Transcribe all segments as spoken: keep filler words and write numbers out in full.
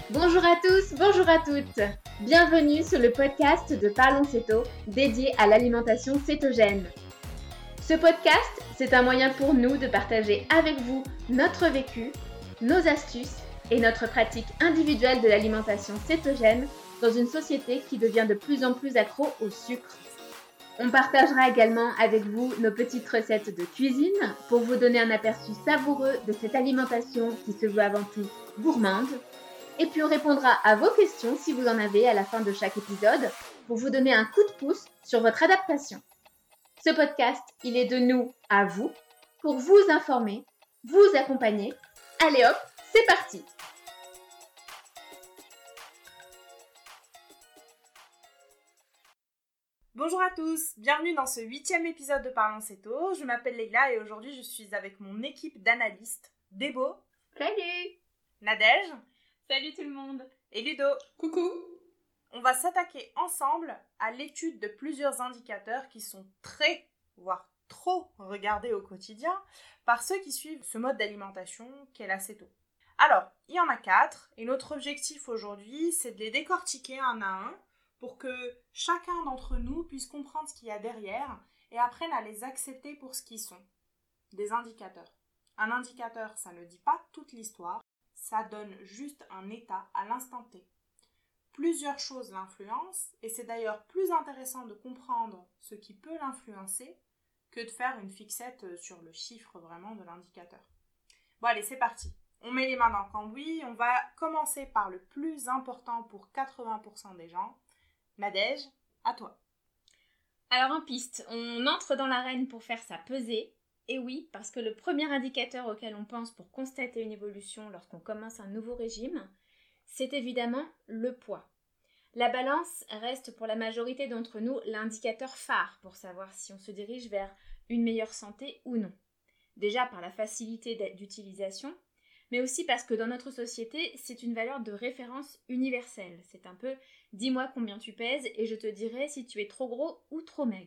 Bonjour à tous, bonjour à toutes. Bienvenue sur le podcast de Parlons Céto, dédié à l'alimentation cétogène. Ce podcast, c'est un moyen pour nous de partager avec vous notre vécu, nos astuces et notre pratique individuelle de l'alimentation cétogène dans une société qui devient de plus en plus accro au sucre. On partagera également avec vous nos petites recettes de cuisine pour vous donner un aperçu savoureux de cette alimentation qui se veut avant tout gourmande. Et puis on répondra à vos questions si vous en avez à la fin de chaque épisode pour vous donner un coup de pouce sur votre adaptation. Ce podcast, il est de nous à vous pour vous informer, vous accompagner. Allez hop, c'est parti! Bonjour à tous, bienvenue dans ce huitième épisode de Parlons Céto. Je m'appelle Leila et aujourd'hui je suis avec mon équipe d'analystes, Débo. Salut! Nadège. Salut tout le monde! Et Ludo. Coucou! On va s'attaquer ensemble à l'étude de plusieurs indicateurs qui sont très, voire trop regardés au quotidien par ceux qui suivent ce mode d'alimentation qu'est la céto. Alors, il y en a quatre et notre objectif aujourd'hui c'est de les décortiquer un à un pour que chacun d'entre nous puisse comprendre ce qu'il y a derrière et apprenne à les accepter pour ce qu'ils sont. Des indicateurs. Un indicateur, ça ne dit pas toute l'histoire, ça donne juste un état à l'instant T. Plusieurs choses l'influencent et c'est d'ailleurs plus intéressant de comprendre ce qui peut l'influencer que de faire une fixette sur le chiffre vraiment de l'indicateur. Bon allez, c'est parti. On met les mains dans le cambouis, on va commencer par le plus important pour quatre-vingts pour cent des gens. Nadège, à toi. Alors en piste, on entre dans l'arène pour faire sa pesée. Et oui, parce que le premier indicateur auquel on pense pour constater une évolution lorsqu'on commence un nouveau régime, c'est évidemment le poids. La balance reste pour la majorité d'entre nous l'indicateur phare pour savoir si on se dirige vers une meilleure santé ou non. Déjà par la facilité d'utilisation, mais aussi parce que dans notre société, c'est une valeur de référence universelle. C'est un peu « dis-moi combien tu pèses et je te dirai si tu es trop gros ou trop maigre ».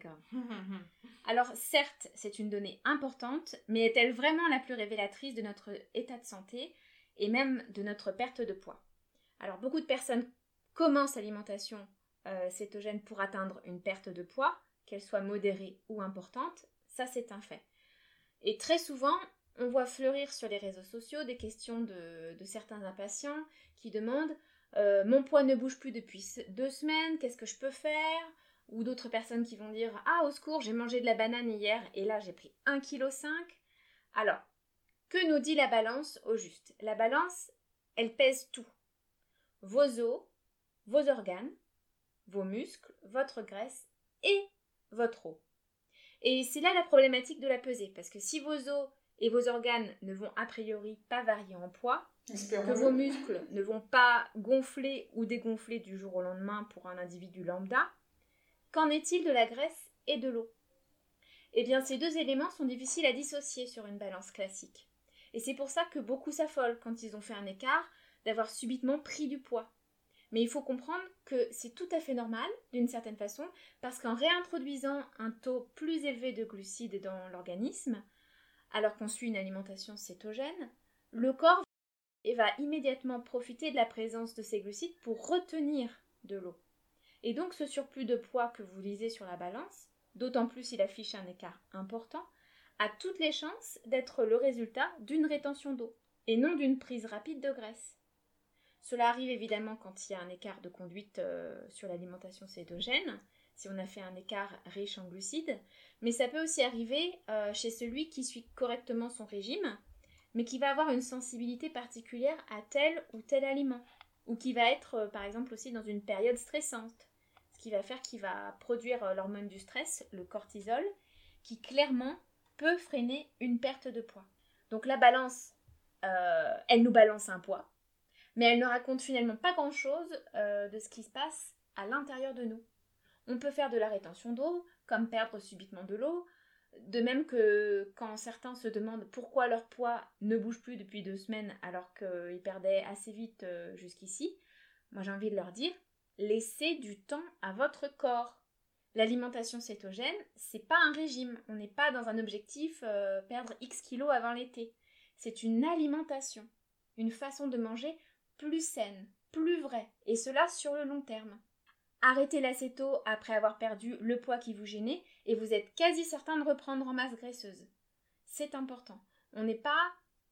Alors certes, c'est une donnée importante, mais est-elle vraiment la plus révélatrice de notre état de santé et même de notre perte de poids? Alors beaucoup de personnes commencent l'alimentation euh, cétogène pour atteindre une perte de poids, qu'elle soit modérée ou importante, ça c'est un fait. Et très souvent, on voit fleurir sur les réseaux sociaux des questions de, de certains impatients qui demandent euh, « Mon poids ne bouge plus depuis deux semaines, qu'est-ce que je peux faire ?» Ou d'autres personnes qui vont dire « Ah, au secours, j'ai mangé de la banane hier et là j'ai pris un virgule cinq kilos. » Alors, que nous dit la balance au juste? La balance, elle pèse tout. Vos os, vos organes, vos muscles, votre graisse et votre eau. Et c'est là la problématique de la pesée, parce que si vos os et vos organes ne vont a priori pas varier en poids, que vos muscles ne vont pas gonfler ou dégonfler du jour au lendemain pour un individu lambda, qu'en est-il de la graisse et de l'eau? Eh bien, ces deux éléments sont difficiles à dissocier sur une balance classique. Et c'est pour ça que beaucoup s'affolent quand ils ont fait un écart d'avoir subitement pris du poids. Mais il faut comprendre que c'est tout à fait normal, d'une certaine façon, parce qu'en réintroduisant un taux plus élevé de glucides dans l'organisme, alors qu'on suit une alimentation cétogène, le corps va immédiatement profiter de la présence de ces glucides pour retenir de l'eau. Et donc ce surplus de poids que vous lisez sur la balance, d'autant plus s'il affiche un écart important, a toutes les chances d'être le résultat d'une rétention d'eau, et non d'une prise rapide de graisse. Cela arrive évidemment quand il y a un écart de conduite euh, sur l'alimentation cétogène, si on a fait un écart riche en glucides, mais ça peut aussi arriver euh, chez celui qui suit correctement son régime, mais qui va avoir une sensibilité particulière à tel ou tel aliment, ou qui va être euh, par exemple aussi dans une période stressante, ce qui va faire qu'il va produire euh, l'hormone du stress, le cortisol, qui clairement peut freiner une perte de poids. Donc la balance, euh, elle nous balance un poids, mais elle ne raconte finalement pas grand-chose euh, de ce qui se passe à l'intérieur de nous. On peut faire de la rétention d'eau, comme perdre subitement de l'eau, de même que quand certains se demandent pourquoi leur poids ne bouge plus depuis deux semaines alors qu'ils perdaient assez vite euh, jusqu'ici, moi j'ai envie de leur dire, laissez du temps à votre corps. L'alimentation cétogène, c'est pas un régime, on n'est pas dans un objectif euh, perdre X kilos avant l'été. C'est une alimentation, une façon de manger plus saine, plus vrai, et cela sur le long terme. Arrêtez l'acéto après avoir perdu le poids qui vous gênait et vous êtes quasi certain de reprendre en masse graisseuse. C'est important. On n'est pas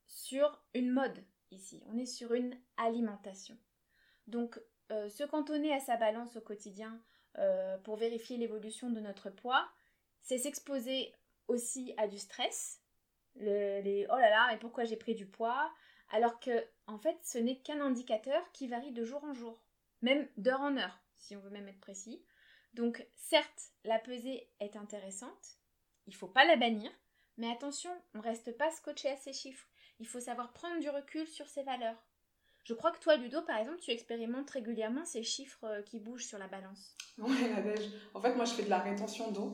sur une mode ici, on est sur une alimentation. Donc, euh, se cantonner à sa balance au quotidien euh, pour vérifier l'évolution de notre poids, c'est s'exposer aussi à du stress, le, les oh là là, mais pourquoi j'ai pris du poids, alors que en fait ce n'est qu'un indicateur qui varie de jour en jour, même d'heure en heure, si on veut même être précis. Donc certes, la pesée est intéressante, il ne faut pas la bannir, mais attention, on ne reste pas scotché à ces chiffres, il faut savoir prendre du recul sur ses valeurs. Je crois que toi, Ludo, par exemple, tu expérimentes régulièrement ces chiffres qui bougent sur la balance. Oui, Nadège. En fait, moi, je fais de la rétention d'eau.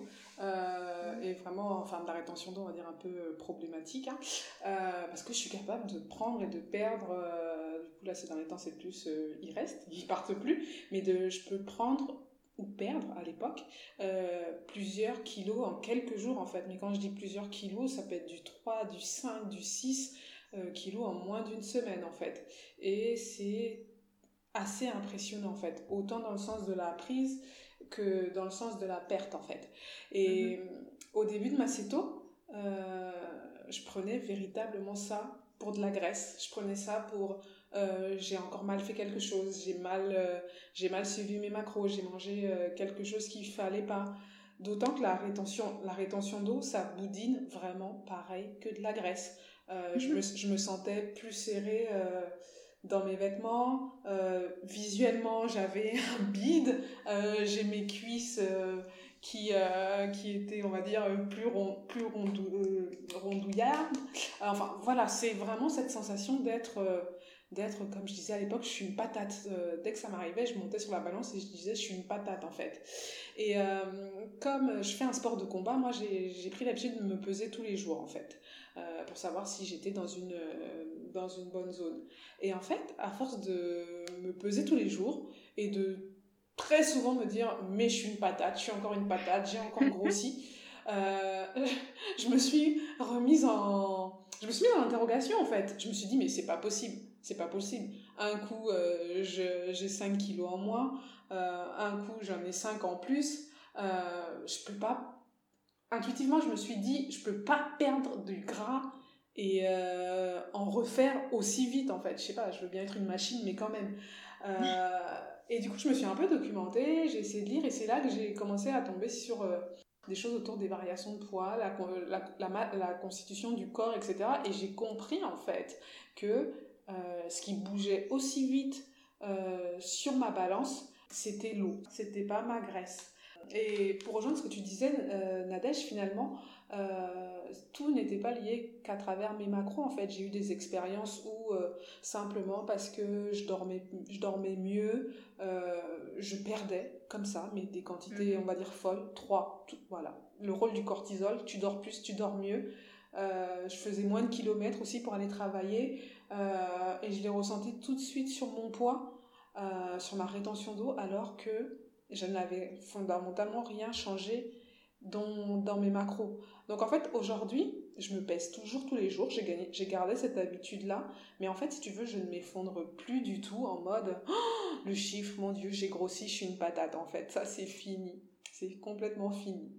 Euh, et vraiment, enfin, de la rétention d'eau, on va dire un peu problématique. Hein, euh, parce que je suis capable de prendre et de perdre. Euh, du coup, là, ces derniers temps, c'est plus. Euh, ils restent, ils partent plus. Mais de, je peux prendre ou perdre, à l'époque, euh, plusieurs kilos en quelques jours, en fait. Mais quand je dis plusieurs kilos, ça peut être du trois, du cinq, du six euh, kilos en moins d'une semaine, en fait. Et c'est assez impressionnant en fait, autant dans le sens de la prise que dans le sens de la perte en fait. Et mm-hmm. au début de ma céto, euh, je prenais véritablement ça pour de la graisse. Je prenais ça pour euh, j'ai encore mal fait quelque chose, j'ai mal, euh, j'ai mal suivi mes macros, j'ai mangé euh, quelque chose qu'il fallait pas. D'autant que la rétention, la rétention d'eau, ça boudine vraiment pareil que de la graisse. Euh, mm-hmm. je, me, je me sentais plus serrée euh, dans mes vêtements, euh, visuellement j'avais un bide, euh, j'ai mes cuisses euh, qui, euh, qui étaient on va dire plus, rond, plus rondou, euh, rondouillardes, enfin voilà, c'est vraiment cette sensation d'être, euh, d'être comme je disais à l'époque, je suis une patate, euh, dès que ça m'arrivait je montais sur la balance et je disais je suis une patate en fait. Et euh, comme je fais un sport de combat, moi j'ai, j'ai pris l'habitude de me peser tous les jours en fait, euh, pour savoir si j'étais dans une, euh, dans une bonne zone. Et en fait, à force de me peser tous les jours et de très souvent me dire mais je suis une patate, je suis encore une patate, j'ai encore grossi, euh, je me suis remise en... Je me suis mise en interrogation en fait. Je me suis dit mais c'est pas possible, c'est pas possible. Un coup euh, je, j'ai cinq kilos en moins, euh, un coup j'en ai cinq en plus, euh, je peux pas... Intuitivement je me suis dit je peux pas perdre du gras et euh, en refaire aussi vite en fait. Je sais pas, je veux bien être une machine mais quand même. Euh, et du coup je me suis un peu documentée, j'ai essayé de lire et c'est là que j'ai commencé à tomber sur euh, des choses autour des variations de poids, la, la, la, la constitution du corps, et cetera. Et j'ai compris en fait que euh, ce qui bougeait aussi vite euh, sur ma balance, c'était l'eau, c'était pas ma graisse. Et pour rejoindre ce que tu disais, euh, Nadège, finalement, euh, tout n'était pas lié qu'à travers mes macros. En fait, j'ai eu des expériences où euh, simplement parce que je dormais, je dormais mieux, euh, je perdais comme ça, mais des quantités, mmh. on va dire folles, trois, tout, voilà. Le rôle du cortisol, tu dors plus, tu dors mieux. Euh, je faisais moins de kilomètres aussi pour aller travailler euh, et je l'ai ressenti tout de suite sur mon poids, euh, sur ma rétention d'eau, alors que je n'avais fondamentalement rien changé dans, dans mes macros. Donc en fait, aujourd'hui, je me pèse toujours tous les jours, j'ai, gagné, j'ai gardé cette habitude-là, mais en fait, si tu veux, je ne m'effondre plus du tout en mode oh, le chiffre, mon Dieu, j'ai grossi, je suis une patate. En fait, ça c'est fini, c'est complètement fini.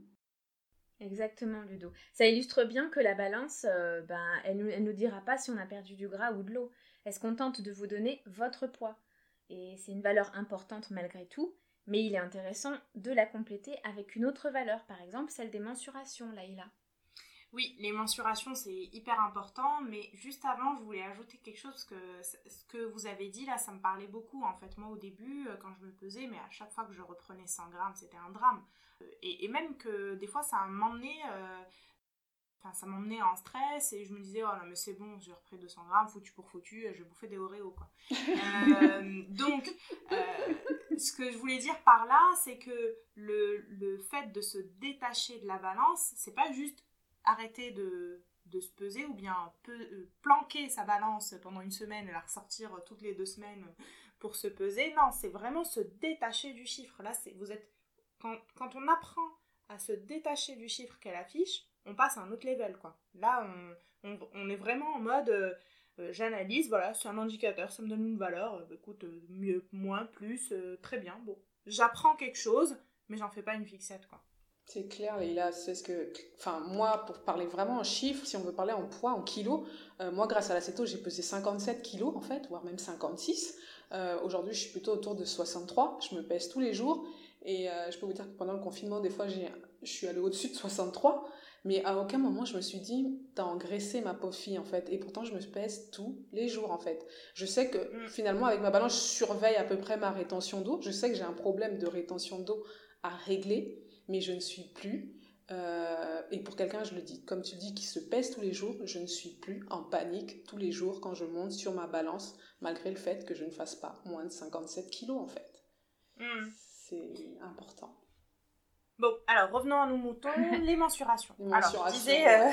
Exactement, Ludo. Ça illustre bien que la balance, euh, ben, elle ne elle nous dira pas si on a perdu du gras ou de l'eau. Elle se contente de vous donner votre poids. Et c'est une valeur importante malgré tout, mais il est intéressant de la compléter avec une autre valeur, par exemple celle des mensurations, Laïla. Oui, les mensurations, c'est hyper important, mais juste avant, je voulais ajouter quelque chose, parce que ce que vous avez dit, là, ça me parlait beaucoup. En fait, moi, au début, quand je me pesais, mais à chaque fois que je reprenais cent grammes, c'était un drame. Et, et même que, des fois, ça m'emmenait... Euh, Enfin, ça m'emmenait en stress et je me disais, oh non, mais c'est bon, j'ai repris deux cents grammes, foutu pour foutu, je vais bouffer des Oreos, quoi. euh, donc, euh, ce que je voulais dire par là, c'est que le, le fait de se détacher de la balance, c'est pas juste arrêter de, de se peser ou bien peu, euh, planquer sa balance pendant une semaine et la ressortir toutes les deux semaines pour se peser. Non, c'est vraiment se détacher du chiffre. Là, c'est, vous êtes, quand, quand on apprend à se détacher du chiffre qu'elle affiche, on passe à un autre level, quoi. Là, on, on, on est vraiment en mode... Euh, Euh, j'analyse, voilà, c'est un indicateur, ça me donne une valeur, euh, écoute, euh, mieux, moins, plus, euh, très bien, bon. J'apprends quelque chose, mais j'en fais pas une fixette, quoi. C'est clair, et là, c'est ce que... Enfin, moi, pour parler vraiment en chiffres, si on veut parler en poids, en kilos, euh, moi, grâce à la céto, j'ai pesé cinquante-sept kilos, en fait, voire même cinquante-six. Euh, aujourd'hui, je suis plutôt autour de soixante-trois. Je me pèse tous les jours. Et euh, je peux vous dire que pendant le confinement, des fois, j'ai... je suis allée au-dessus de soixante-trois. Mais à aucun moment, je me suis dit, t'as engraissé ma pauvre fille, en fait. Et pourtant, je me pèse tous les jours, en fait. Je sais que, mmh. finalement, avec ma balance, je surveille à peu près ma rétention d'eau. Je sais que j'ai un problème de rétention d'eau à régler, mais je ne suis plus, euh, et pour quelqu'un, je le dis, comme tu le dis, qui se pèse tous les jours, je ne suis plus en panique tous les jours quand je monte sur ma balance, malgré le fait que je ne fasse pas moins de cinquante-sept kilos, en fait. Mmh. C'est important. Bon, alors revenons à nos moutons, les mensurations. Les mensurations. Alors, je disais, euh,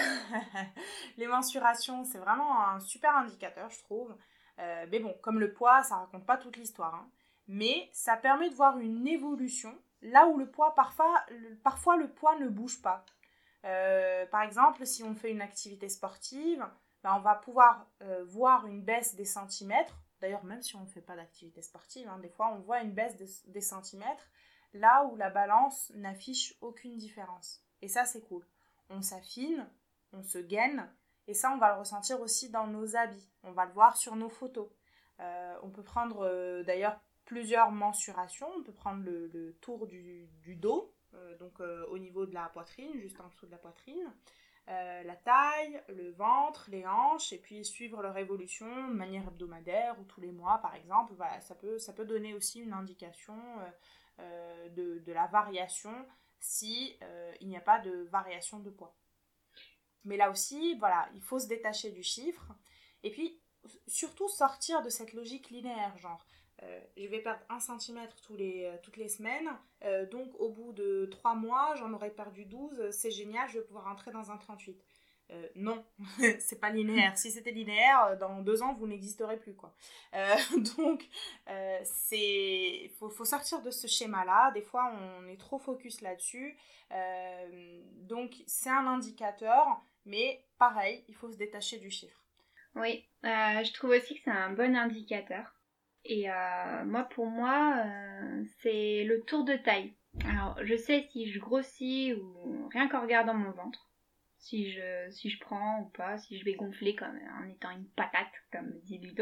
les mensurations, c'est vraiment un super indicateur, je trouve. Euh, mais bon, comme le poids, ça raconte pas toute l'histoire. Hein. Mais ça permet de voir une évolution, là où le poids, parfois le, parfois le poids ne bouge pas. Euh, par exemple, si on fait une activité sportive, ben on va pouvoir euh, voir une baisse des centimètres. D'ailleurs, même si on ne fait pas d'activité sportive, hein, des fois on voit une baisse de, des centimètres, là où la balance n'affiche aucune différence. Et ça, c'est cool. On s'affine, on se gaine, et ça, on va le ressentir aussi dans nos habits. On va le voir sur nos photos. Euh, on peut prendre euh, d'ailleurs plusieurs mensurations. On peut prendre le, le tour du, du dos, euh, donc euh, au niveau de la poitrine, juste en dessous de la poitrine, euh, la taille, le ventre, les hanches, et puis suivre leur évolution de manière hebdomadaire ou tous les mois, par exemple. Voilà, ça peut, ça peut donner aussi une indication euh, euh, de, de la variation si euh, il n'y a pas de variation de poids. Mais là aussi, voilà, il faut se détacher du chiffre, et puis surtout sortir de cette logique linéaire, genre euh, je vais perdre un centimètre tous les, euh, toutes les semaines, euh, donc au bout de trois mois, j'en aurai perdu douze, c'est génial, je vais pouvoir rentrer dans un trente-huit. Euh, non, c'est pas linéaire. Si c'était linéaire, dans deux ans, vous n'existerez plus, quoi. Euh, donc, euh, c'est... Faut, faut sortir de ce schéma-là. Des fois, on est trop focus là-dessus. Euh, donc, c'est un indicateur, mais pareil, il faut se détacher du chiffre. Oui, euh, je trouve aussi que c'est un bon indicateur. Et euh, moi, pour moi, euh, c'est le tour de taille. Alors, je sais si je grossis ou rien qu'en regardant mon ventre. Si je, si je prends ou pas, si je vais gonfler comme en étant une patate, comme dit Ludo.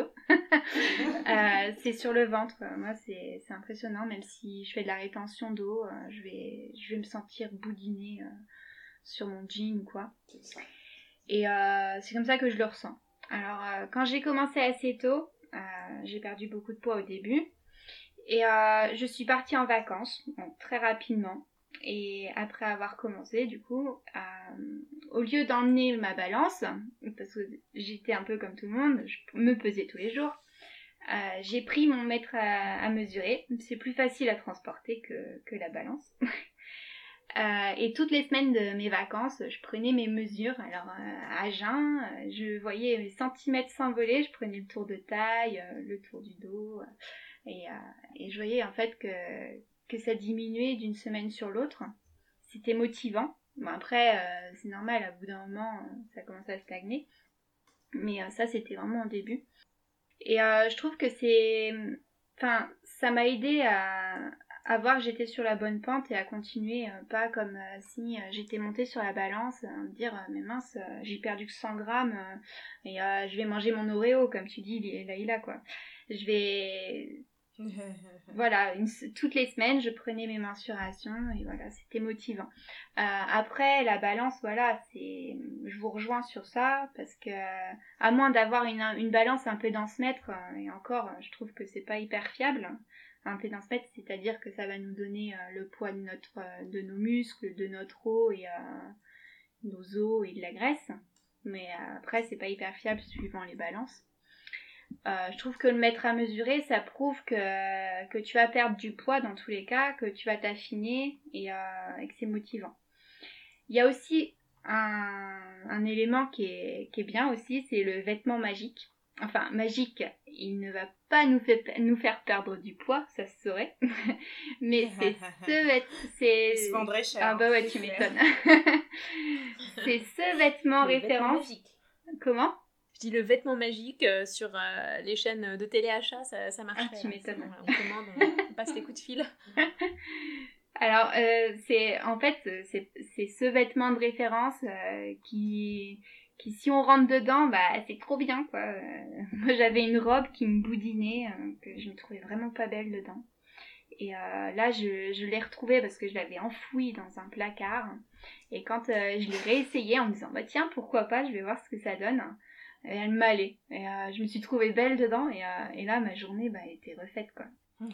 euh, c'est sur le ventre. Moi, c'est, c'est impressionnant. Même si je fais de la rétention d'eau, euh, je, vais, je vais me sentir boudiner euh, sur mon jean ou quoi. Et euh, c'est comme ça que je le ressens. Alors, euh, quand j'ai commencé assez tôt, euh, j'ai perdu beaucoup de poids au début. Et euh, je suis partie en vacances, donc très rapidement. Et après avoir commencé, du coup, euh, au lieu d'emmener ma balance, parce que j'étais un peu comme tout le monde, je me pesais tous les jours, euh, j'ai pris mon mètre à, à mesurer. C'est plus facile à transporter que, que la balance. euh, et toutes les semaines de mes vacances, je prenais mes mesures. Alors, euh, à jeun, je voyais mes centimètres s'envoler, je prenais le tour de taille, euh, le tour du dos, euh, et, euh, et je voyais en fait que... que ça diminuait d'une semaine sur l'autre. C'était motivant. Bon, après, euh, c'est normal, à bout d'un moment, euh, ça commence à stagner. Mais euh, ça, c'était vraiment au début. Et euh, je trouve que c'est... Enfin, ça m'a aidé à, à voir que j'étais sur la bonne pente et à continuer, euh, pas comme euh, si euh, j'étais montée sur la balance, euh, me dire, euh, mais mince, euh, j'ai perdu que cent grammes, euh, et euh, je vais manger mon Oreo, comme tu dis, Laïla, quoi. Je vais... Voilà, une, toutes les semaines je prenais mes mensurations et voilà, c'était motivant. Euh, après la balance, voilà, c'est, je vous rejoins sur ça parce que à moins d'avoir une, une balance un pédance-mètre, et encore, je trouve que c'est pas hyper fiable. Un pédance-mètre, c'est-à-dire que ça va nous donner euh, le poids de notre, euh, de nos muscles, de notre eau et euh, nos os et de la graisse. Mais euh, après, c'est pas hyper fiable suivant les balances. Euh, je trouve que le mètre à mesurer, ça prouve que, que tu vas perdre du poids dans tous les cas, que tu vas t'affiner et, euh, et que c'est motivant. Il y a aussi un, un élément qui est, qui est bien aussi, c'est le vêtement magique. Enfin, magique, il ne va pas nous, fait, nous faire perdre du poids, ça se saurait. Mais c'est ce vêtement... Il se vendrait cher. Ah bah ouais, tu m'étonnes. C'est ce vêtement le référence. Vêtement Comment ? Je dis le vêtement magique euh, sur euh, les chaînes de téléachat, ça, ça marcherait. Ah, tu là. m'étonnes. Bon, on commande, on, on passe les coups de fil. Alors, euh, c'est en fait, c'est, c'est ce vêtement de référence euh, qui, qui, si on rentre dedans, bah, c'est trop bien, quoi. Euh, moi, j'avais une robe qui me boudinait, euh, que je me trouvais vraiment pas belle dedans. Et euh, là, je, je l'ai retrouvée parce que je l'avais enfouie dans un placard. Et quand euh, je l'ai réessayée en me disant, bah tiens, pourquoi pas, je vais voir ce que ça donne. Et elle m'allait. Et euh, je me suis trouvée belle dedans. Et, euh, et là, ma journée, bah, était refaite, quoi.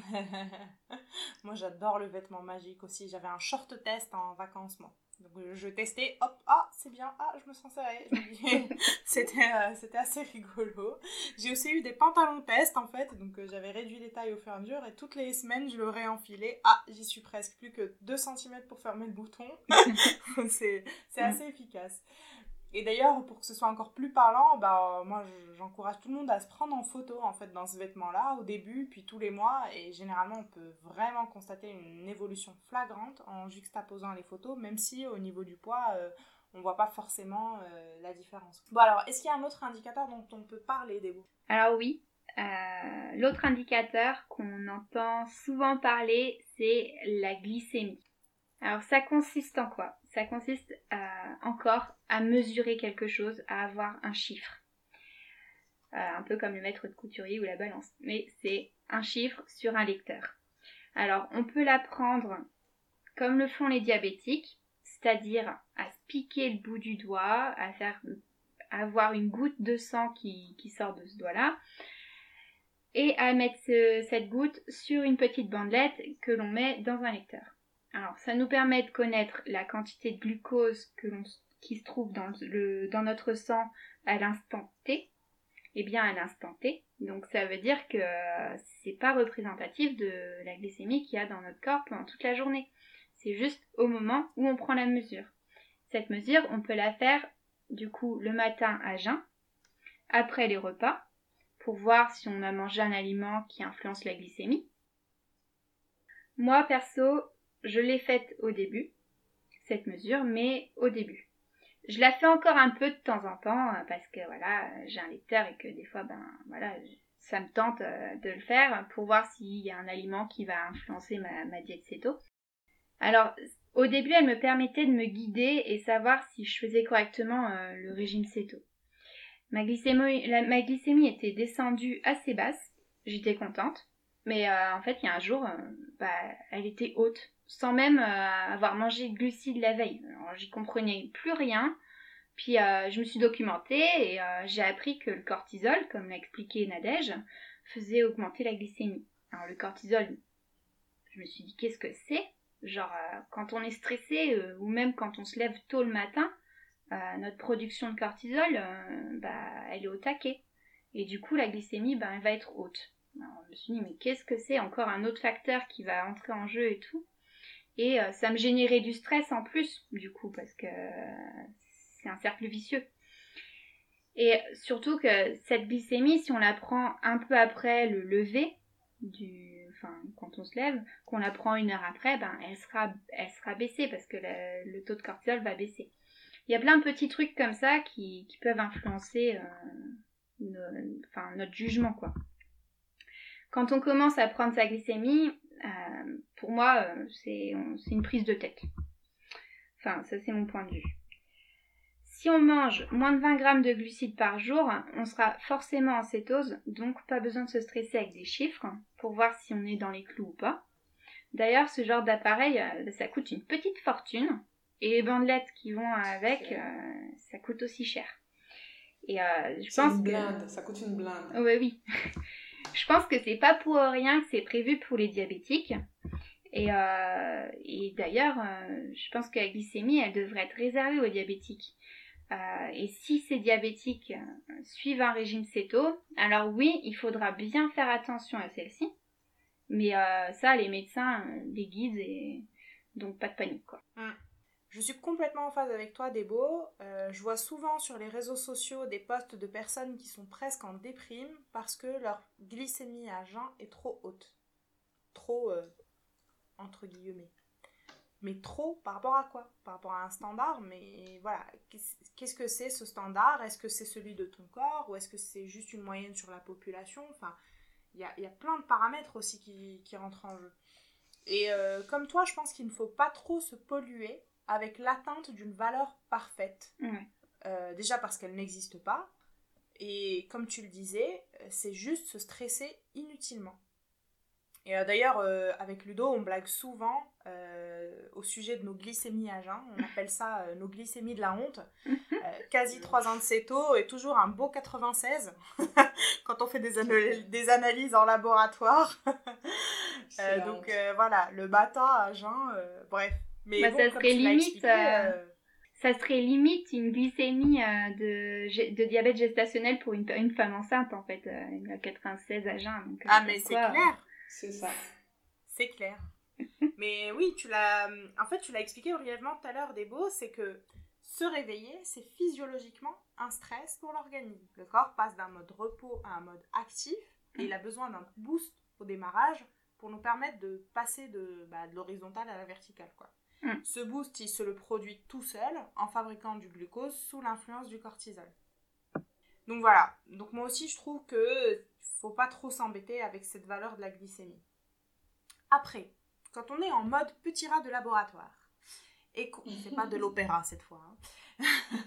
Moi j'adore le vêtement magique aussi, j'avais un short test en vacances moi. Donc je testais, hop, ah c'est bien, ah je me sens serrée. c'était, euh, c'était assez rigolo. J'ai aussi eu des pantalons test en fait, donc euh, j'avais réduit les tailles au fur et à mesure et toutes les semaines je le réenfilais. Ah j'y suis presque, plus que deux centimètres pour fermer le bouton. c'est, c'est assez efficace. Et d'ailleurs, pour que ce soit encore plus parlant, bah, moi j'encourage tout le monde à se prendre en photo en fait dans ce vêtement-là au début, puis tous les mois. Et généralement, on peut vraiment constater une évolution flagrante en juxtaposant les photos, même si au niveau du poids, euh, on voit pas forcément euh, la différence. Bon alors, est-ce qu'il y a un autre indicateur dont on peut parler, Débo ? Alors oui, euh, l'autre indicateur qu'on entend souvent parler, c'est la glycémie. Alors ça consiste en quoi ? Ça consiste à, encore à mesurer quelque chose, à avoir un chiffre. Euh, un peu comme le mètre de couturier ou la balance. Mais c'est un chiffre sur un lecteur. Alors on peut la prendre comme le font les diabétiques, c'est-à-dire à se piquer le bout du doigt, à faire à avoir une goutte de sang qui, qui sort de ce doigt-là, et à mettre ce, cette goutte sur une petite bandelette que l'on met dans un lecteur. Alors, ça nous permet de connaître la quantité de glucose que l'on, qui se trouve dans, le, dans notre sang à l'instant T. Et bien à l'instant T. Donc, ça veut dire que euh, c'est pas représentatif de la glycémie qu'il y a dans notre corps pendant toute la journée. C'est juste au moment où on prend la mesure. Cette mesure, on peut la faire du coup le matin à jeun, après les repas, pour voir si on a mangé un aliment qui influence la glycémie. Moi, perso, je l'ai faite au début, cette mesure, mais au début. Je la fais encore un peu de temps en temps, parce que voilà, j'ai un lecteur et que des fois, ben voilà, ça me tente de le faire pour voir s'il y a un aliment qui va influencer ma, ma diète céto. Alors, au début, elle me permettait de me guider et savoir si je faisais correctement euh, le régime céto. Ma glycémie, la, ma glycémie était descendue assez basse, j'étais contente, mais euh, en fait, il y a un jour, euh, bah, elle était haute, sans même euh, avoir mangé de glucides la veille. Alors, j'y comprenais plus rien, puis euh, je me suis documentée et euh, j'ai appris que le cortisol, comme l'a expliqué Nadège, faisait augmenter la glycémie. Alors le cortisol, je me suis dit, qu'est-ce que c'est ? Genre, euh, quand on est stressé, euh, ou même quand on se lève tôt le matin, euh, notre production de cortisol, euh, bah, elle est au taquet. Et du coup, la glycémie, bah, elle va être haute. Alors, je me suis dit, mais qu'est-ce que c'est ? Encore un autre facteur qui va entrer en jeu et tout. Et euh, ça me générait du stress en plus, du coup, parce que euh, c'est un cercle vicieux. Et surtout que cette glycémie, si on la prend un peu après le lever, du, enfin, quand on se lève, qu'on la prend une heure après, ben, elle sera, elle sera baissée parce que le, le taux de cortisol va baisser. Il y a plein de petits trucs comme ça qui, qui peuvent influencer euh, nos, enfin, notre jugement, quoi. Quand on commence à prendre sa glycémie, euh, pour moi, euh, c'est, on, c'est une prise de tête. Enfin, ça c'est mon point de vue. Si on mange moins de vingt grammes de glucides par jour, on sera forcément en cétose, donc pas besoin de se stresser avec des chiffres pour voir si on est dans les clous ou pas. D'ailleurs, ce genre d'appareil, ça coûte une petite fortune, et les bandelettes qui vont avec, euh, ça coûte aussi cher. Et euh, je c'est pense une blinde, que... ça coûte une blinde. Ouais, oui. Je pense que c'est pas pour rien que c'est prévu pour les diabétiques. Et, euh, et d'ailleurs, euh, je pense que la glycémie, elle devrait être réservée aux diabétiques. Euh, et si ces diabétiques euh, suivent un régime céto, alors oui, il faudra bien faire attention à celle-ci. Mais euh, ça, les médecins euh, les guident et donc pas de panique, quoi. Mmh. Je suis complètement en phase avec toi, Débo. Euh, je vois souvent sur les réseaux sociaux des posts de personnes qui sont presque en déprime parce que leur glycémie à jeun est trop haute. Trop, euh, entre guillemets. Mais trop par rapport à quoi? Par rapport à un standard, mais voilà, qu'est-ce que c'est ce standard? Est-ce que c'est celui de ton corps ou est-ce que c'est juste une moyenne sur la population? Enfin, il y a, y a plein de paramètres aussi qui, qui rentrent en jeu. Et euh, comme toi, je pense qu'il ne faut pas trop se polluer avec l'atteinte d'une valeur parfaite. Mmh. Euh, déjà parce qu'elle n'existe pas. Et comme tu le disais, c'est juste se stresser inutilement. Et euh, d'ailleurs, euh, avec Ludo, on blague souvent euh, au sujet de nos glycémies à jeun. On appelle ça euh, nos glycémies de la honte. Euh, quasi trois ans de céto et toujours un beau quatre-vingt-seize quand on fait des, ana- des analyses en laboratoire. euh, donc euh, voilà, le matin à jeun, euh, bref. Mais bah, bon, ça comme serait tu l'as limite... expliqué, Euh... euh, Ça serait limite une glycémie euh, de, de diabète gestationnel pour une, une femme enceinte, en fait, euh, à quatre-vingt-seize à jeun. Donc, ah, euh, mais c'est quoi, clair. Euh, c'est ça. C'est clair. Mais oui, tu l'as... En fait, tu l'as expliqué brièvement tout à l'heure, Débo, c'est que se réveiller, c'est physiologiquement un stress pour l'organisme. Le corps passe d'un mode repos à un mode actif et il a besoin d'un boost au démarrage pour nous permettre de passer de, bah, de l'horizontale à la verticale, quoi. Mm. Ce boost, il se le produit tout seul en fabriquant du glucose sous l'influence du cortisol. Donc voilà. Donc moi aussi, je trouve que faut pas trop s'embêter avec cette valeur de la glycémie. Après, quand on est en mode petit rat de laboratoire, et qu'on ne fait pas de l'opéra cette fois, hein.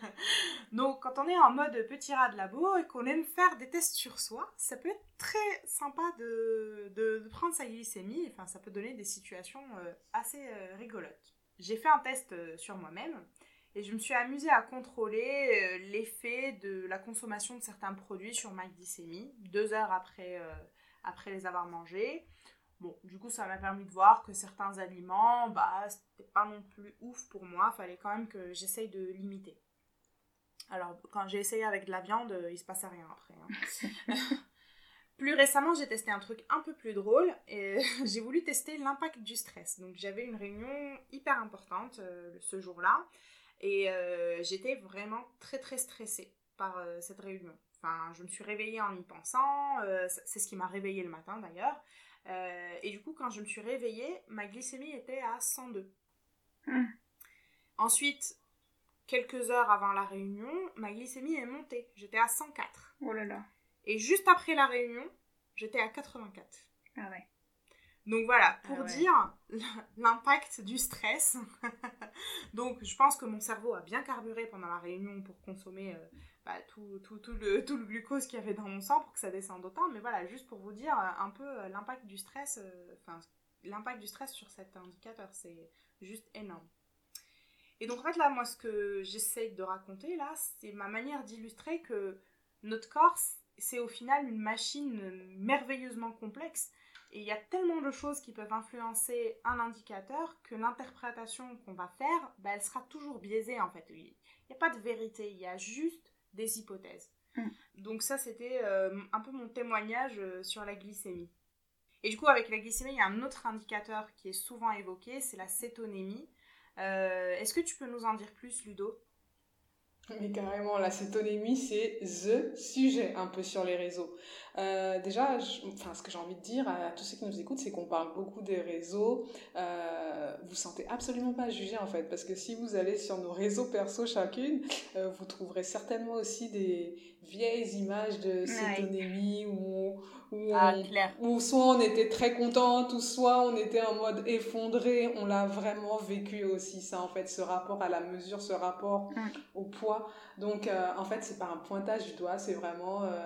Donc quand on est en mode petit rat de labo et qu'on aime faire des tests sur soi, ça peut être très sympa de, de, de prendre sa glycémie, enfin ça peut donner des situations euh, assez euh, rigolotes. J'ai fait un test euh, sur moi-même et je me suis amusée à contrôler euh, l'effet de la consommation de certains produits sur ma glycémie, deux heures après, euh, après les avoir mangés. Bon, du coup, ça m'a permis de voir que certains aliments, bah, c'était pas non plus ouf pour moi. Fallait quand même que j'essaye de limiter. Alors, quand j'ai essayé avec de la viande, il se passait rien après. Hein. Plus récemment, j'ai testé un truc un peu plus drôle et j'ai voulu tester l'impact du stress. Donc, j'avais une réunion hyper importante euh, ce jour-là et euh, j'étais vraiment très très stressée par euh, cette réunion. Enfin, je me suis réveillée en y pensant. Euh, c'est ce qui m'a réveillée le matin d'ailleurs. Euh, et du coup, quand je me suis réveillée, ma glycémie était à cent deux. Mmh. Ensuite, quelques heures avant la réunion, ma glycémie est montée. J'étais à cent quatre. Oh là là. Et juste après la réunion, j'étais à quatre-vingt-quatre. Ah ouais. Donc voilà, pour ah ouais. dire l'impact du stress. Donc je pense que mon cerveau a bien carburé pendant la réunion pour consommer euh, bah, tout, tout, tout, le, tout le glucose qu'il y avait dans mon sang pour que ça descende autant. Mais voilà, juste pour vous dire un peu euh, l'impact du stress, enfin euh, l'impact du stress sur cet indicateur, c'est juste énorme. Et donc en fait là, moi ce que j'essaye de raconter là, c'est ma manière d'illustrer que notre corps, c'est au final une machine merveilleusement complexe. Et il y a tellement de choses qui peuvent influencer un indicateur que l'interprétation qu'on va faire, bah, elle sera toujours biaisée en fait. Il n'y a pas de vérité, il y a juste des hypothèses. Mmh. Donc ça, c'était euh, un peu mon témoignage euh, sur la glycémie. Et du coup, avec la glycémie, il y a un autre indicateur qui est souvent évoqué, c'est la cétonémie. Euh, est-ce que tu peux nous en dire plus, Ludo ? Mais carrément, la cétonémie, c'est the sujet un peu sur les réseaux. Euh, déjà, je, enfin, ce que j'ai envie de dire à, à tous ceux qui nous écoutent, c'est qu'on parle beaucoup des réseaux. Euh, vous ne sentez absolument pas jugé, en fait, parce que si vous allez sur nos réseaux perso chacune, euh, vous trouverez certainement aussi des vieilles images de cétonémie ouais. où, où, ah, on, où soit on était très contente, ou soit on était en mode effondré. On l'a vraiment vécu aussi, ça, en fait, ce rapport à la mesure, ce rapport mmh. au poids. Donc, euh, en fait, c'est pas un pointage du doigt, c'est vraiment... Euh,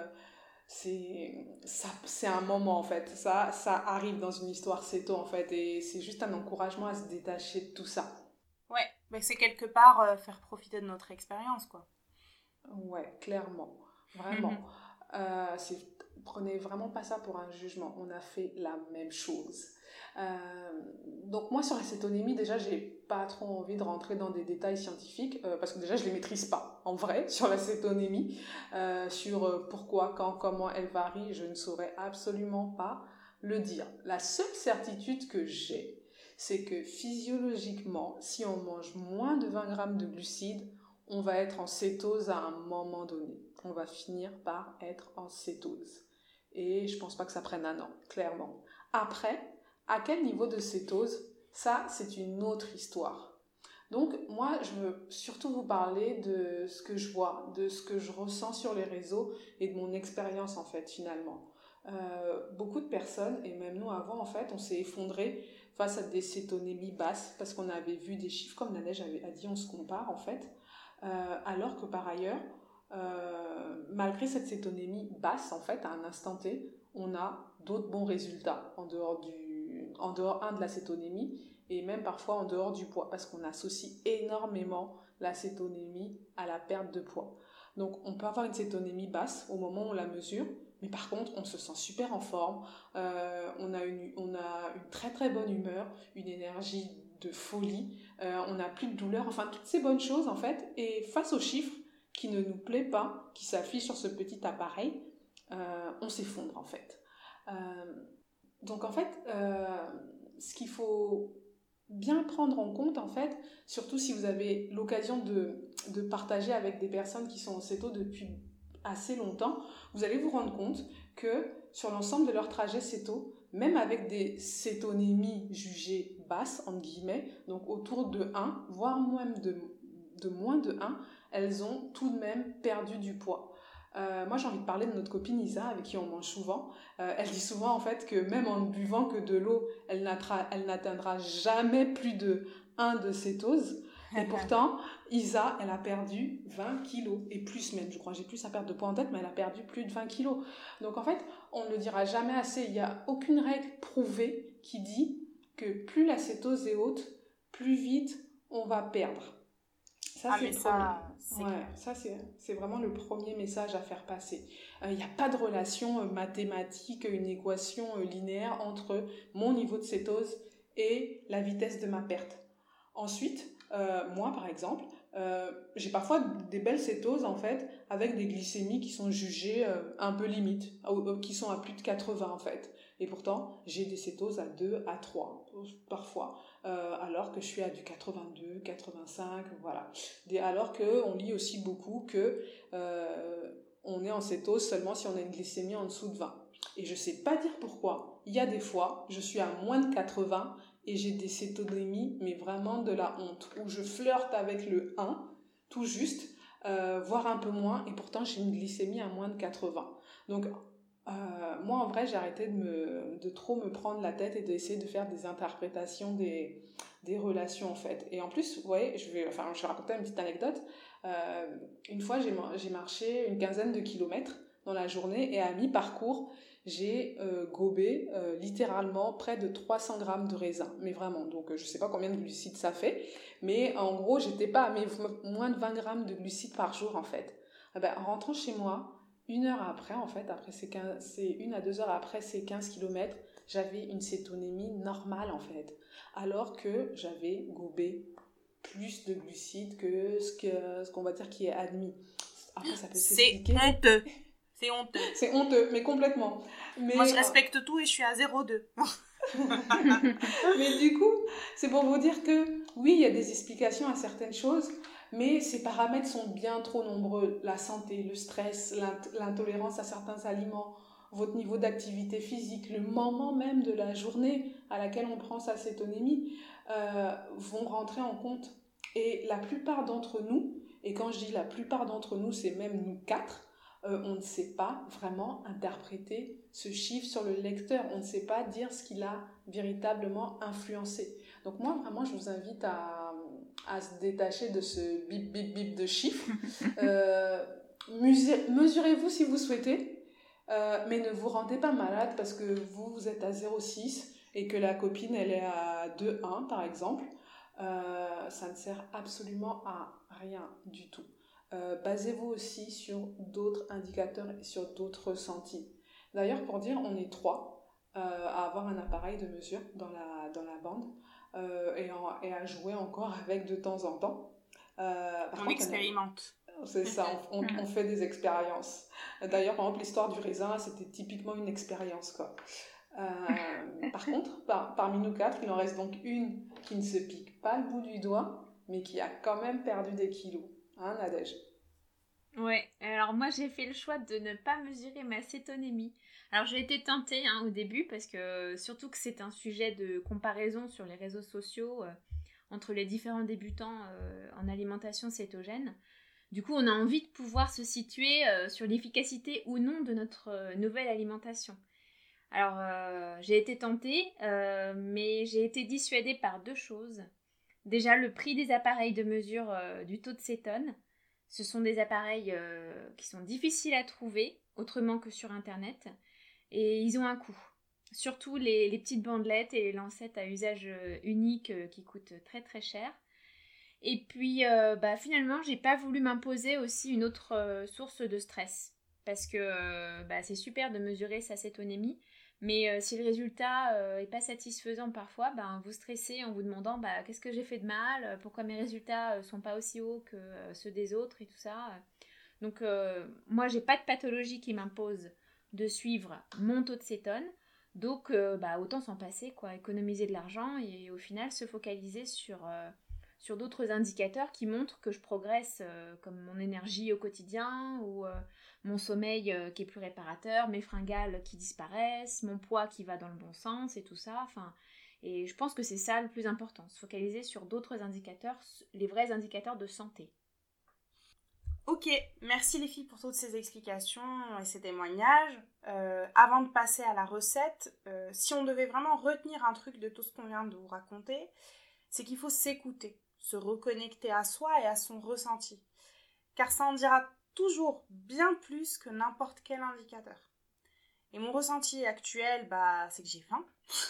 c'est, ça, c'est un moment, en fait. Ça, ça arrive dans une histoire céto, en fait, et c'est juste un encouragement à se détacher de tout ça. Ouais, mais c'est quelque part euh, faire profiter de notre expérience, quoi. Ouais, clairement. Vraiment. Mm-hmm. Euh, c'est, prenez vraiment pas ça pour un jugement. On a fait la même chose. Euh, donc moi sur la cétonémie, déjà j'ai pas trop envie de rentrer dans des détails scientifiques euh, parce que déjà je les maîtrise pas en vrai sur la cétonémie, euh, sur euh, pourquoi, quand, comment elle varie, je ne saurais absolument pas le dire. La seule certitude que j'ai, c'est que physiologiquement, si on mange moins de vingt grammes de glucides, on va être en cétose à un moment donné. On va finir par être en cétose. Et je pense pas que ça prenne un an, clairement. Après, à quel niveau de cétose, ça, c'est une autre histoire. Donc, moi, je veux surtout vous parler de ce que je vois, de ce que je ressens sur les réseaux et de mon expérience, en fait, finalement. Euh, beaucoup de personnes, et même nous avant, en fait, on s'est effondré face à des cétonémies basses parce qu'on avait vu des chiffres, comme Nadège a dit, on se compare, en fait. Euh, alors que par ailleurs, euh, malgré cette cétonémie basse, en fait, à un instant T, on a d'autres bons résultats en dehors, du, en dehors un, de la cétonémie, et même parfois en dehors du poids, parce qu'on associe énormément la cétonémie à la perte de poids. Donc on peut avoir une cétonémie basse au moment où on la mesure, mais par contre on se sent super en forme, euh, on, a une, on a une très très bonne humeur, une énergie de folie, euh, on n'a plus de douleur, enfin toutes ces bonnes choses en fait, et face aux chiffres qui ne nous plaît pas, qui s'affichent sur ce petit appareil, euh, on s'effondre en fait. Euh, donc en fait, euh, ce qu'il faut bien prendre en compte en fait, surtout si vous avez l'occasion de, de partager avec des personnes qui sont en céto depuis assez longtemps, vous allez vous rendre compte que sur l'ensemble de leur trajet céto, même avec des cétonémies jugées basses, entre guillemets, donc autour de un, voire même de, de moins de un, elles ont tout de même perdu du poids. Euh, moi j'ai envie de parler de notre copine Isa avec qui on mange souvent. Euh, elle dit souvent en fait que même en ne buvant que de l'eau, elle, elle n'atteindra jamais plus de un de cétose. Et pourtant, Isa, elle a perdu vingt kilos, et plus même, je crois, j'ai plus sa perte de poids en tête, mais elle a perdu plus de vingt kilos. Donc en fait, on ne le dira jamais assez, il n'y a aucune règle prouvée qui dit que plus la cétose est haute, plus vite on va perdre. Ça, ah c'est mais le ça, c'est ouais, clair. ça c'est, c'est vraiment le premier message à faire passer. Il euh, n'y a pas de relation euh, mathématique, une équation euh, linéaire entre mon niveau de cétose et la vitesse de ma perte. Ensuite, euh, moi par exemple, euh, j'ai parfois des belles cétoses en fait, avec des glycémies qui sont jugées euh, un peu limites, euh, qui sont à plus de quatre-vingts en fait. Et pourtant, j'ai des cétoses à deux, à trois, parfois. Euh, alors que je suis à du quatre-vingt-deux, quatre-vingt-cinq, voilà. Des, alors qu'on lit aussi beaucoup que euh, on est en cétose seulement si on a une glycémie en dessous de vingt. Et je sais pas dire pourquoi. Il y a des fois, je suis à moins de quatre-vingts et j'ai des cétonémies, mais vraiment de la honte, où je flirte avec le un, tout juste, euh, voire un peu moins, et pourtant j'ai une glycémie à moins de quatre-vingts. Donc, Euh, moi en vrai j'ai arrêté de, me, de trop me prendre la tête et d'essayer de faire des interprétations des, des relations en fait. Et en plus, vous voyez, je vais, enfin, je vais raconter une petite anecdote. Euh, une fois j'ai, j'ai marché une quinzaine de kilomètres dans la journée et à mi-parcours j'ai euh, gobé euh, littéralement près de trois cents grammes de raisin, mais vraiment, donc euh, je sais pas combien de glucides ça fait, mais en gros j'étais pas à mes, moins de vingt grammes de glucides par jour en fait. Eh ben, en rentrant chez moi, une heure après, en fait, après ces quinze, c'est une à deux heures après ces quinze kilomètres, j'avais une cétonémie normale, en fait. Alors que j'avais gobé plus de glucides que ce, que, ce qu'on va dire qui est admis. Après, ça peut s'expliquer. C'est honteux. C'est honteux. C'est honteux, mais complètement. Mais, moi, je respecte euh... tout et je suis à zéro virgule deux. Mais du coup, c'est pour vous dire que, oui, il y a des explications à certaines choses, mais ces paramètres sont bien trop nombreux. La santé, le stress, l'int- l'intolérance à certains aliments, votre niveau d'activité physique, le moment même de la journée à laquelle on prend sa cétonémie, euh, vont rentrer en compte. Et la plupart d'entre nous, et quand je dis la plupart d'entre nous, c'est même nous quatre, euh, on ne sait pas vraiment interpréter ce chiffre sur le lecteur. On ne sait pas dire ce qu'il a véritablement influencé. Donc moi, vraiment, je vous invite à... à se détacher de ce bip bip bip de chiffres. Euh, musez, mesurez-vous si vous souhaitez, euh, mais ne vous rendez pas malade parce que vous, vous êtes à zéro virgule six et que la copine, elle est à deux virgule un par exemple. Euh, ça ne sert absolument à rien du tout. Euh, basez-vous aussi sur d'autres indicateurs et sur d'autres ressentis. D'ailleurs, pour dire, on est trois euh, à avoir un appareil de mesure dans la, dans la bande. Euh, et, en, et à jouer encore avec de temps en temps. Euh, on contre, expérimente. On a, c'est ça, on, on, on fait des expériences. D'ailleurs, par exemple, l'histoire du raisin, c'était typiquement une expérience, quoi. Euh, par contre, par, parmi nous quatre, il en reste donc une qui ne se pique pas le bout du doigt, mais qui a quand même perdu des kilos. Hein, Nadège ? Ouais, alors moi j'ai fait le choix de ne pas mesurer ma cétonémie. Alors j'ai été tentée hein, au début parce que surtout que c'est un sujet de comparaison sur les réseaux sociaux euh, entre les différents débutants euh, en alimentation cétogène. Du coup on a envie de pouvoir se situer euh, sur l'efficacité ou non de notre euh, nouvelle alimentation. Alors euh, j'ai été tentée euh, mais j'ai été dissuadée par deux choses. Déjà le prix des appareils de mesure euh, du taux de cétone. Ce sont des appareils euh, qui sont difficiles à trouver, autrement que sur Internet, et ils ont un coût. Surtout les, les petites bandelettes et les lancettes à usage euh, unique euh, qui coûtent très très cher. Et puis euh, bah, finalement, j'ai pas voulu m'imposer aussi une autre euh, source de stress. Parce que euh, bah, c'est super de mesurer sa cétonémie, mais euh, si le résultat euh, est pas satisfaisant parfois, bah, vous stressez en vous demandant bah, qu'est-ce que j'ai fait de mal, pourquoi mes résultats euh, sont pas aussi hauts que euh, ceux des autres et tout ça. Donc euh, moi j'ai pas de pathologie qui m'impose de suivre mon taux de cétone, donc euh, bah, autant s'en passer, quoi, économiser de l'argent et au final se focaliser sur, euh, sur d'autres indicateurs qui montrent que je progresse, euh, comme mon énergie au quotidien ou euh, mon sommeil euh, qui est plus réparateur, mes fringales qui disparaissent, mon poids qui va dans le bon sens et tout ça. Enfin, et je pense que c'est ça le plus important, se focaliser sur d'autres indicateurs, les vrais indicateurs de santé. Ok, merci les filles pour toutes ces explications et ces témoignages. Euh, avant de passer à la recette, euh, si on devait vraiment retenir un truc de tout ce qu'on vient de vous raconter, c'est qu'il faut s'écouter, se reconnecter à soi et à son ressenti. Car ça en dira toujours bien plus que n'importe quel indicateur. Et mon ressenti actuel, bah, c'est que j'ai faim.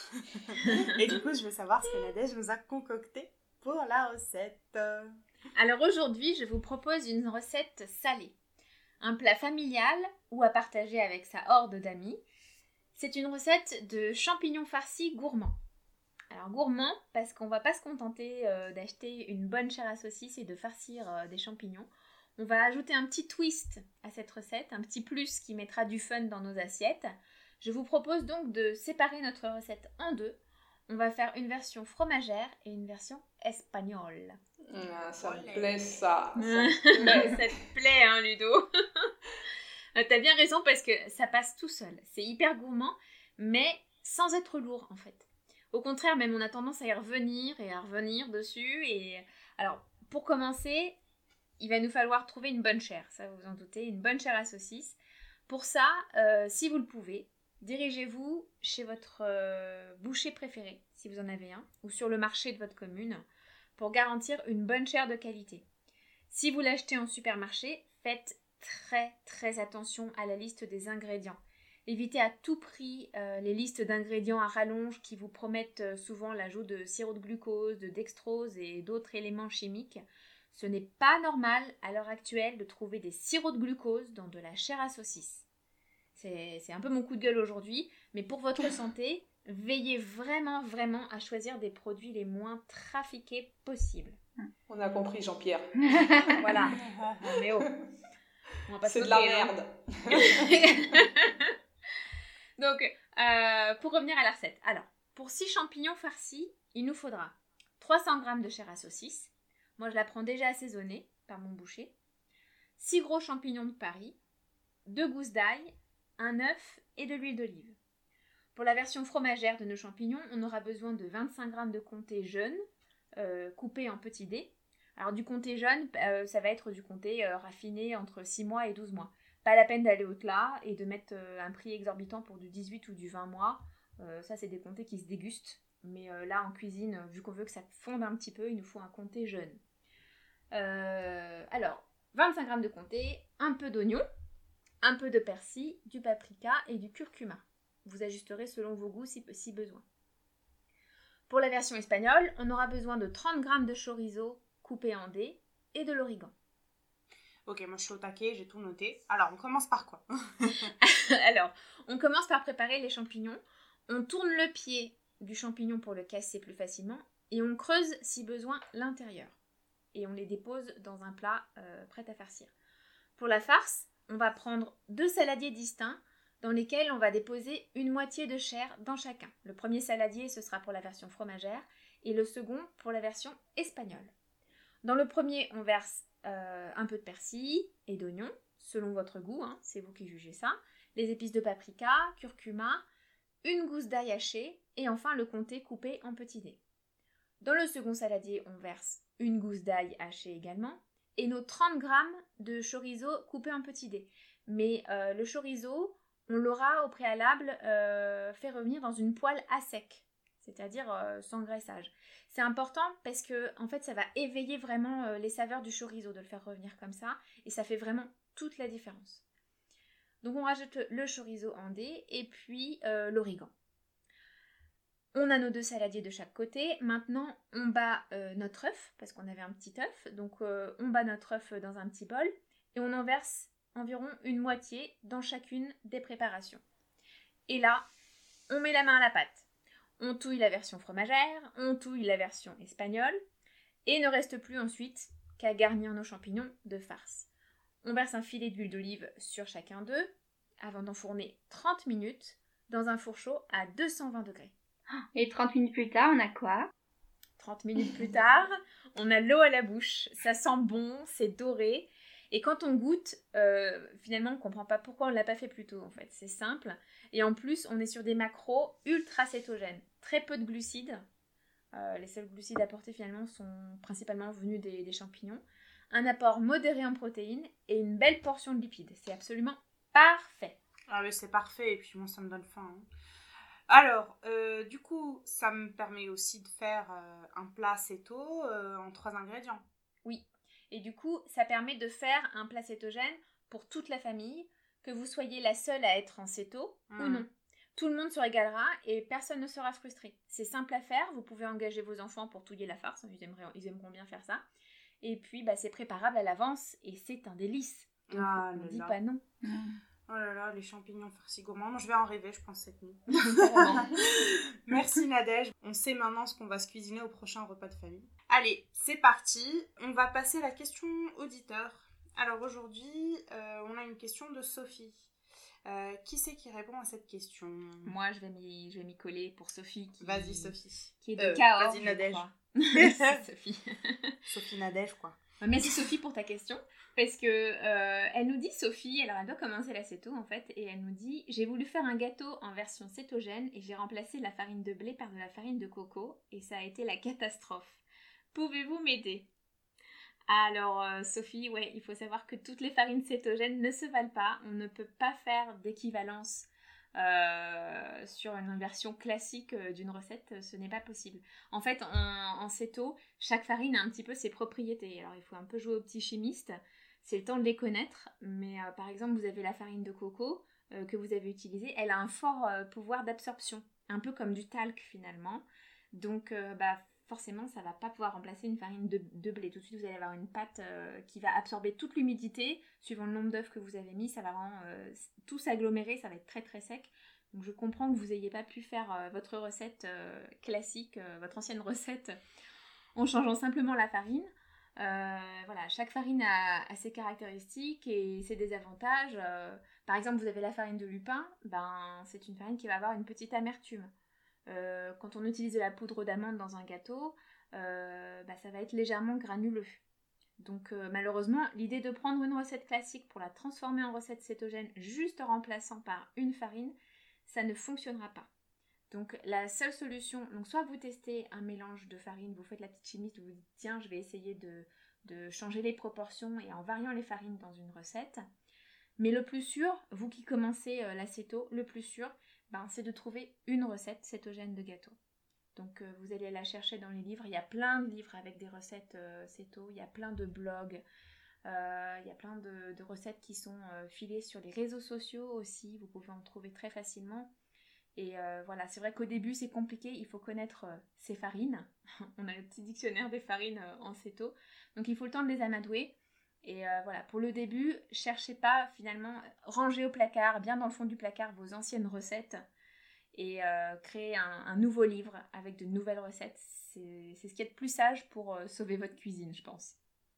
Et du coup, je veux savoir ce que Nadège nous a concocté pour la recette. Alors aujourd'hui, je vous propose une recette salée. Un plat familial ou à partager avec sa horde d'amis. C'est une recette de champignons farcis gourmands. Alors gourmand parce qu'on va pas se contenter euh, d'acheter une bonne chair à saucisse et de farcir euh, des champignons. On va ajouter un petit twist à cette recette, un petit plus qui mettra du fun dans nos assiettes. Je vous propose donc de séparer notre recette en deux. On va faire une version fromagère et une version espagnole. Ah, ça me plaît ça, ça me plaît. Ça te plaît hein Ludo. T'as bien raison parce que ça passe tout seul. C'est hyper gourmand mais sans être lourd en fait. Au contraire, même on a tendance à y revenir et à revenir dessus. Et alors pour commencer, il va nous falloir trouver une bonne chair, ça vous en doutez, une bonne chair à saucisse. Pour ça, euh, si vous le pouvez, dirigez-vous chez votre euh, boucher préféré, si vous en avez un, ou sur le marché de votre commune, pour garantir une bonne chair de qualité. Si vous l'achetez en supermarché, faites très très attention à la liste des ingrédients. Évitez à tout prix euh, les listes d'ingrédients à rallonge qui vous promettent euh, souvent l'ajout de sirop de glucose, de dextrose et d'autres éléments chimiques. Ce n'est pas normal à l'heure actuelle de trouver des sirops de glucose dans de la chair à saucisse. C'est, c'est un peu mon coup de gueule aujourd'hui, mais pour votre santé, veillez vraiment, vraiment à choisir des produits les moins trafiqués possibles. On a compris, Jean-Pierre. Voilà. Mais oh, on va pas c'est se de la moquer, hein. merde. Donc, euh, pour revenir à la recette. Alors, pour six champignons farcis, il nous faudra trois cents grammes de chair à saucisse. Moi, je la prends déjà assaisonnée par mon boucher. six gros champignons de Paris, deux gousses d'ail, un œuf et de l'huile d'olive. Pour la version fromagère de nos champignons, on aura besoin de vingt-cinq grammes de comté jaune, euh, coupé en petits dés. Alors du comté jaune, euh, ça va être du comté euh, raffiné entre six mois et douze mois. Pas la peine d'aller au-delà et de mettre euh, un prix exorbitant pour du dix-huit ou du vingt mois. Euh, ça, c'est des comtés qui se dégustent. Mais euh, là, en cuisine, vu qu'on veut que ça fonde un petit peu, il nous faut un comté jaune. Euh, alors, vingt-cinq grammes de comté, un peu d'oignon, un peu de persil, du paprika et du curcuma. Vous ajusterez selon vos goûts si, si besoin. Pour la version espagnole, on aura besoin de trente grammes de chorizo coupé en dés et de l'origan. Ok, moi je suis au taquet, j'ai tout noté. Alors, on commence par quoi? Alors, on commence par préparer les champignons. On tourne le pied du champignon pour le casser plus facilement et on creuse si besoin l'intérieur. Et on les dépose dans un plat euh, prêt à farcir. Pour la farce, on va prendre deux saladiers distincts dans lesquels on va déposer une moitié de chair dans chacun. Le premier saladier, ce sera pour la version fromagère et le second pour la version espagnole. Dans le premier, on verse euh, un peu de persil et d'oignon, selon votre goût, hein, c'est vous qui jugez ça, les épices de paprika, curcuma, une gousse d'ail haché et enfin le comté coupé en petits dés. Dans le second saladier, on verse une gousse d'ail haché également et nos trente grammes de chorizo coupé en petits dés. Mais euh, le chorizo, on l'aura au préalable euh, fait revenir dans une poêle à sec, c'est-à-dire euh, sans graissage. C'est important parce que en fait, ça va éveiller vraiment euh, les saveurs du chorizo de le faire revenir comme ça et ça fait vraiment toute la différence. Donc on rajoute le chorizo en dés et puis euh, l'origan. On a nos deux saladiers de chaque côté. Maintenant, on bat euh, notre œuf, parce qu'on avait un petit œuf. Donc, euh, on bat notre œuf dans un petit bol et on en verse environ une moitié dans chacune des préparations. Et là, on met la main à la pâte. On touille la version fromagère, on touille la version espagnole et il ne reste plus ensuite qu'à garnir nos champignons de farce. On verse un filet d'huile d'olive sur chacun d'eux avant d'enfourner trente minutes dans un four chaud à deux cent vingt degrés. Et trente minutes plus tard, on a quoi? trente minutes plus tard, on a l'eau à la bouche. Ça sent bon, c'est doré. Et quand on goûte, euh, finalement, on ne comprend pas pourquoi on ne l'a pas fait plus tôt, en fait. C'est simple. Et en plus, on est sur des macros ultra cétogènes. Très peu de glucides. Euh, les seuls glucides apportés, finalement, sont principalement venus des, des champignons. Un apport modéré en protéines et une belle portion de lipides. C'est absolument parfait. Ah oui, c'est parfait. Et puis, moi, ça me donne faim. Hein. Alors, euh, du coup, ça me permet aussi de faire euh, un plat céto euh, en trois ingrédients. Oui, et du coup, ça permet de faire un plat cétogène pour toute la famille, que vous soyez la seule à être en céto mmh. ou non. Tout le monde se régalera et personne ne sera frustré. C'est simple à faire, vous pouvez engager vos enfants pour touiller la farce, ils, aimeraient, ils aimeront bien faire ça. Et puis, bah, c'est préparable à l'avance et c'est un délice. Donc, ah, on ne dit là. pas non. Mmh. Oh là là, les champignons farcis gourmands. Je vais en rêver, je pense, cette nuit. Merci Nadège. On sait maintenant ce qu'on va se cuisiner au prochain repas de famille. Allez, c'est parti. On va passer à la question auditeur. Alors aujourd'hui, euh, on a une question de Sophie. Euh, qui c'est qui répond à cette question? Moi, je vais m'y, je vais m'y coller pour Sophie. Qui, vas-y, Sophie. Qui est de euh, Cahors, vas-y, Nadège. C'est Sophie. Sophie Nadège, quoi. Merci Sophie pour ta question, parce que euh, elle nous dit, Sophie, alors elle doit commencer la céto en fait, et elle nous dit « J'ai voulu faire un gâteau en version cétogène et j'ai remplacé la farine de blé par de la farine de coco et ça a été la catastrophe. Pouvez-vous m'aider ?» Alors euh, Sophie, ouais, il faut savoir que toutes les farines cétogènes ne se valent pas, on ne peut pas faire d'équivalence Euh, sur une version classique euh, d'une recette, ce n'est pas possible. En fait, en, en céto, chaque farine a un petit peu ses propriétés. Alors, il faut un peu jouer au petit chimiste. C'est le temps de les connaître. Mais euh, par exemple, vous avez la farine de coco euh, que vous avez utilisée. Elle a un fort euh, pouvoir d'absorption. Un peu comme du talc, finalement. Donc, euh, bah, forcément, ça ne va pas pouvoir remplacer une farine de, de blé. Tout de suite, vous allez avoir une pâte euh, qui va absorber toute l'humidité. Suivant le nombre d'œufs que vous avez mis, ça va vraiment euh, tout s'agglomérer, ça va être très très sec. Donc je comprends que vous n'ayez pas pu faire euh, votre recette euh, classique, euh, votre ancienne recette, en changeant simplement la farine. Euh, voilà, chaque farine a, a ses caractéristiques et ses désavantages. Euh, par exemple, vous avez la farine de lupin, ben, c'est une farine qui va avoir une petite amertume. Euh, quand on utilise de la poudre d'amande dans un gâteau, euh, bah, ça va être légèrement granuleux. Donc euh, malheureusement, l'idée de prendre une recette classique pour la transformer en recette cétogène juste en remplaçant par une farine, ça ne fonctionnera pas. Donc la seule solution, donc soit vous testez un mélange de farine, vous faites la petite chimiste, vous dites tiens, je vais essayer de, de changer les proportions et en variant les farines dans une recette. Mais le plus sûr, vous qui commencez euh, la céto, le plus sûr, ben, c'est de trouver une recette cétogène de gâteau. Donc euh, vous allez la chercher dans les livres, il y a plein de livres avec des recettes euh, céto, il y a plein de blogs, euh, il y a plein de, de recettes qui sont euh, filées sur les réseaux sociaux aussi, vous pouvez en trouver très facilement. Et euh, voilà, c'est vrai qu'au début c'est compliqué, il faut connaître euh, ses farines, on a le petit dictionnaire des farines euh, en céto, donc il faut le temps de les amadouer. Et euh, voilà, pour le début, cherchez pas finalement, rangez au placard, bien dans le fond du placard, vos anciennes recettes et euh, créez un, un nouveau livre avec de nouvelles recettes. C'est, c'est ce qui est le plus sage pour euh, sauver votre cuisine, je pense.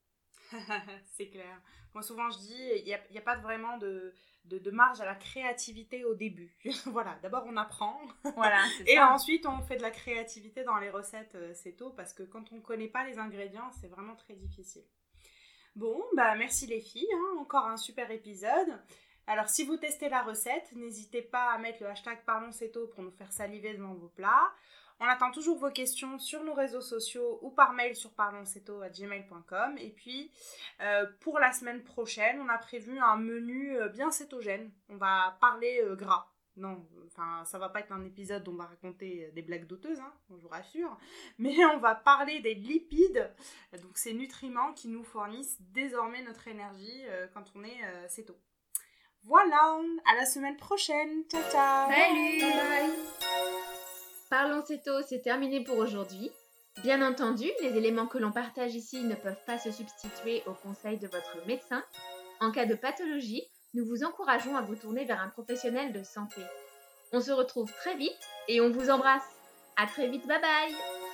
C'est clair. Moi, souvent, je dis, il n'y a, y a pas vraiment de, de, de marge à la créativité au début. Voilà, d'abord, on apprend. Voilà, c'est Et ça. ensuite, on fait de la créativité dans les recettes euh, céto, parce que quand on ne connaît pas les ingrédients, c'est vraiment très difficile. Bon, bah merci les filles, hein, encore un super épisode. Alors, si vous testez la recette, n'hésitez pas à mettre le hashtag parlonscéto pour nous faire saliver devant vos plats. On attend toujours vos questions sur nos réseaux sociaux ou par mail sur parlonscéto arobase gmail point com. Et puis, euh, pour la semaine prochaine, on a prévu un menu euh, bien cétogène. On va parler euh, gras. Non, enfin, ça va pas être un épisode où on va raconter des blagues douteuses, hein, je vous rassure. Mais on va parler des lipides, donc ces nutriments qui nous fournissent désormais notre énergie euh, quand on est euh, céto. Voilà, à la semaine prochaine. Ciao, ciao. Salut. Bye bye. Parlons Céto, c'est terminé pour aujourd'hui. Bien entendu, les éléments que l'on partage ici ne peuvent pas se substituer aux conseils de votre médecin. En cas de pathologie, nous vous encourageons à vous tourner vers un professionnel de santé. On se retrouve très vite et on vous embrasse. À très vite, bye bye.